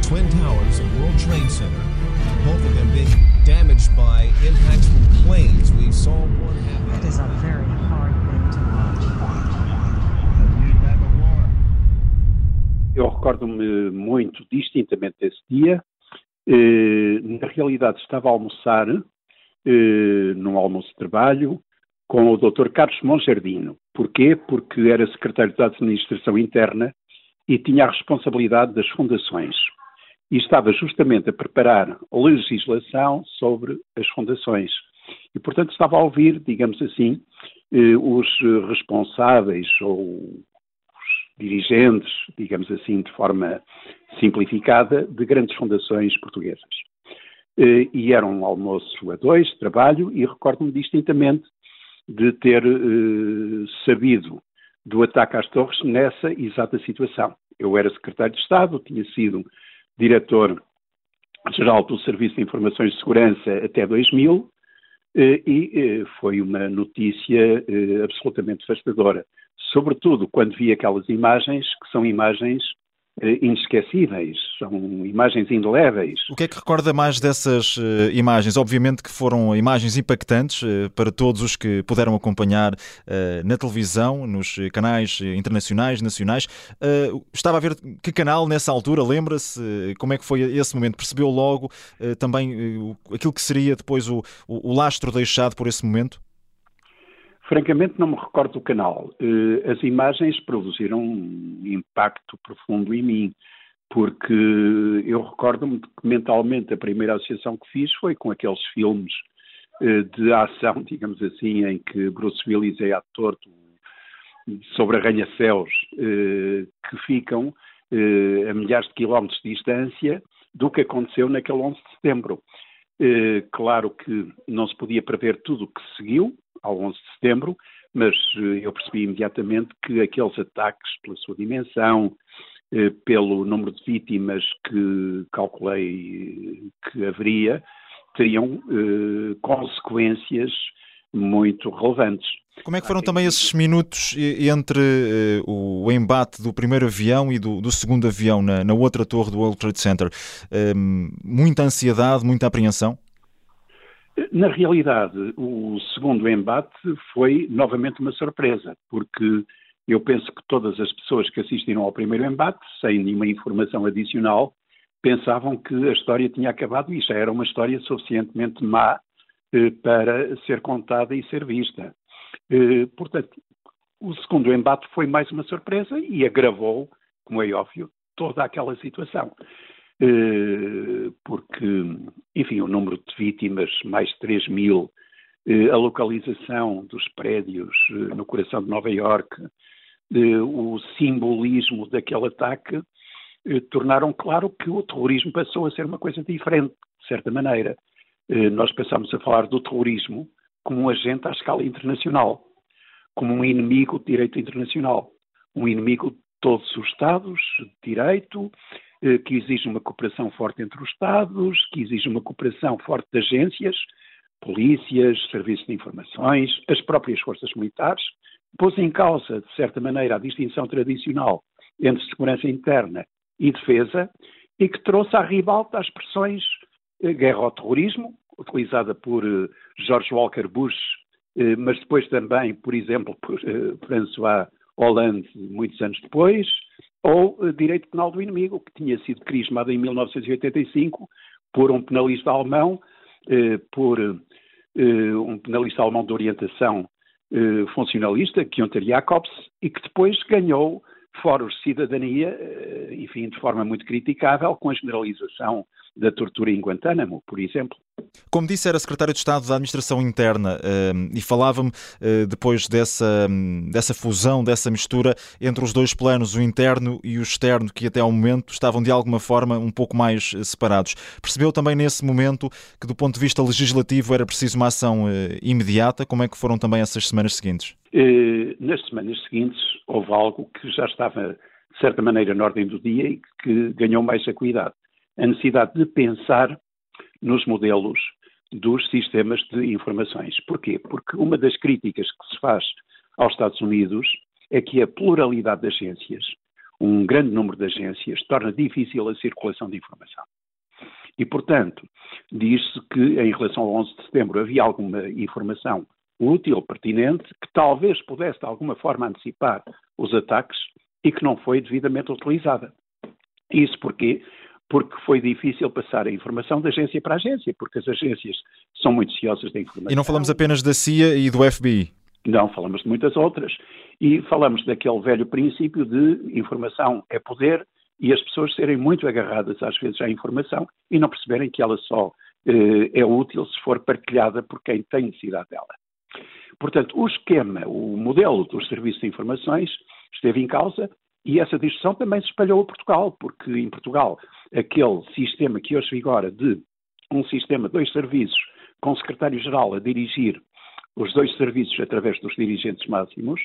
Twin Towers and World Trade Center, both of them being damaged by impacts from planes. We saw one happen. It is a very hard thing to watch. Eu recordo-me muito distintamente desse dia. Na realidade, estava a almoçar, num almoço de trabalho, com o Dr. Carlos Monjardino. Porquê? Porque era secretário da Administração Interna e tinha a responsabilidade das fundações. E estava justamente a preparar legislação sobre as fundações. E, portanto, estava a ouvir, digamos assim, os responsáveis ou os dirigentes, digamos assim, de forma simplificada, de grandes fundações portuguesas. E era um almoço a dois, trabalho, e recordo-me distintamente de ter sabido do ataque às torres nessa exata situação. Eu era secretário de Estado, tinha sido diretor-geral do Serviço de Informações de Segurança até 2000 e foi uma notícia absolutamente devastadora. Sobretudo quando vi aquelas imagens, que são imagens inesquecíveis, são imagens indeléveis. O que é que recorda mais dessas imagens? Obviamente que foram imagens impactantes para todos os que puderam acompanhar na televisão, nos canais internacionais, nacionais. Estava a ver que canal nessa altura? Lembra-se como é que foi esse momento? Percebeu logo também aquilo que seria depois o lastro deixado por esse momento? Francamente, não me recordo do canal. As imagens produziram um impacto profundo em mim, porque eu recordo-me que mentalmente a primeira associação que fiz foi com aqueles filmes de ação, digamos assim, em que Bruce Willis é ator sobre arranha-céus, que ficam a milhares de quilómetros de distância do que aconteceu naquele 11 de setembro. Claro que não se podia prever tudo o que se seguiu ao 11 de setembro, mas eu percebi imediatamente que aqueles ataques, pela sua dimensão, pelo número de vítimas que calculei que haveria, teriam consequências muito relevantes. Como é que foram também esses minutos entre o embate do primeiro avião e do segundo avião na outra torre do World Trade Center? Muita ansiedade, muita apreensão? Na realidade, o segundo embate foi novamente uma surpresa, porque eu penso que todas as pessoas que assistiram ao primeiro embate, sem nenhuma informação adicional, pensavam que a história tinha acabado e já era uma história suficientemente má para ser contada e ser vista. Portanto, o segundo embate foi mais uma surpresa e agravou, como é óbvio, toda aquela situação. Porque, enfim, o número de vítimas, mais de 3.000, a localização dos prédios no coração de Nova Iorque, o simbolismo daquele ataque, tornaram claro que o terrorismo passou a ser uma coisa diferente, de certa maneira. Nós passamos a falar do terrorismo como um agente à escala internacional, como um inimigo de direito internacional, um inimigo de todos os Estados de direito, que exige uma cooperação forte entre os Estados, que exige uma cooperação forte de agências, polícias, serviços de informações, as próprias forças militares, pôs em causa, de certa maneira, a distinção tradicional entre segurança interna e defesa e que trouxe à ribalta as expressões guerra ao terrorismo, utilizada por George Walker Bush, mas depois também, por exemplo, por François Hollande, muitos anos depois, ou direito penal do inimigo, que tinha sido crismado em 1985 por um penalista alemão, um penalista alemão de orientação funcionalista, Günther Jacobs, e que depois ganhou fóruns de cidadania, enfim, de forma muito criticável, com a generalização da tortura em Guantánamo, por exemplo. Como disse, era secretário de Estado da Administração Interna e falava-me depois dessa fusão, dessa mistura entre os dois planos, o interno e o externo, que até ao momento estavam de alguma forma um pouco mais separados. Percebeu também nesse momento que do ponto de vista legislativo era preciso uma ação imediata? Como é que foram também essas semanas seguintes? Nas semanas seguintes houve algo que já estava, de certa maneira, na ordem do dia e que ganhou mais acuidade. A necessidade de pensar nos modelos dos sistemas de informações. Porquê? Porque uma das críticas que se faz aos Estados Unidos é que a pluralidade de agências, um grande número de agências, torna difícil a circulação de informação. E, portanto, diz-se que em relação ao 11 de setembro havia alguma informação útil, pertinente, que talvez pudesse de alguma forma antecipar os ataques e que não foi devidamente utilizada. Isso porquê? Porque foi difícil passar a informação de agência para agência, porque as agências são muito ciosas da informação. E não falamos apenas da CIA e do FBI? Não, falamos de muitas outras. E falamos daquele velho princípio de informação é poder e as pessoas serem muito agarradas às vezes à informação e não perceberem que ela só é útil se for partilhada por quem tem necessidade dela. Portanto, o esquema, o modelo dos serviços de informações esteve em causa e essa discussão também se espalhou a Portugal, porque em Portugal aquele sistema que hoje vigora de um sistema de 2 serviços com o secretário-geral a dirigir os 2 serviços através dos dirigentes máximos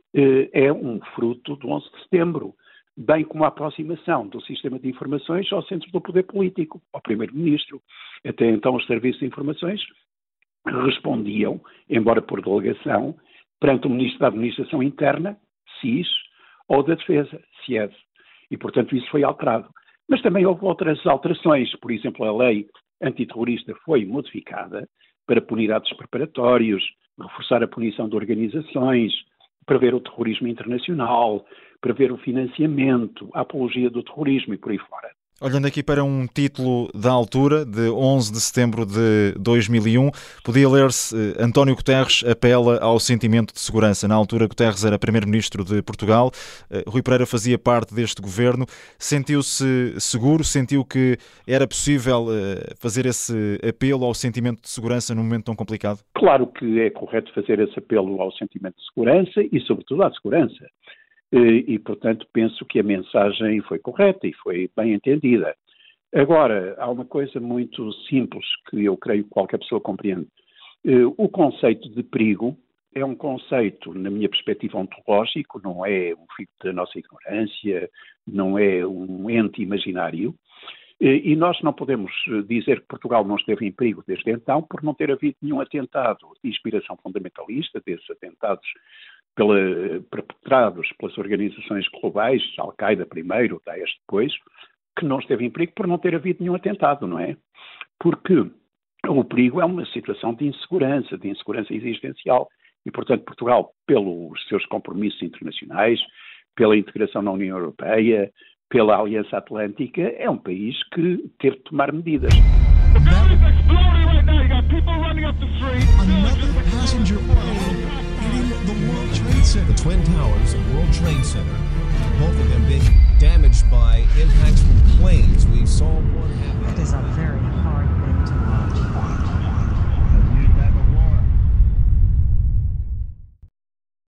é um fruto do 11 de setembro, bem como a aproximação do sistema de informações ao centro do poder político, ao primeiro-ministro. Até então os serviços de informações respondiam, embora por delegação, perante o Ministro da Administração Interna, SIS, ou da Defesa, SIED. E, portanto, isso foi alterado. Mas também houve outras alterações. Por exemplo, a lei antiterrorista foi modificada para punir atos preparatórios, reforçar a punição de organizações, prever o terrorismo internacional, prever o financiamento, a apologia do terrorismo e por aí fora. Olhando aqui para um título da altura, de 11 de setembro de 2001, podia ler-se António Guterres apela ao sentimento de segurança. Na altura, Guterres era primeiro-ministro de Portugal, Rui Pereira fazia parte deste governo. Sentiu-se seguro? Sentiu que era possível fazer esse apelo ao sentimento de segurança num momento tão complicado? Claro que é correto fazer esse apelo ao sentimento de segurança e, sobretudo, à segurança. E, portanto, penso que a mensagem foi correta e foi bem entendida. Agora, há uma coisa muito simples que eu creio que qualquer pessoa compreende. O conceito de perigo é um conceito, na minha perspectiva, ontológico, não é um filho da nossa ignorância, não é um ente imaginário, e nós não podemos dizer que Portugal não esteve em perigo desde então por não ter havido nenhum atentado de inspiração fundamentalista, desses atentados perpetrados pelas organizações globais, Al-Qaeda primeiro, Daesh depois, que não esteve em perigo por não ter havido nenhum atentado, não é? Porque o perigo é uma situação de insegurança existencial. E, portanto, Portugal, pelos seus compromissos internacionais, pela integração na União Europeia, pela Aliança Atlântica, é um país que teve de tomar medidas. The Twin Towers and World Trade Center, both of them being damaged by impacts from planes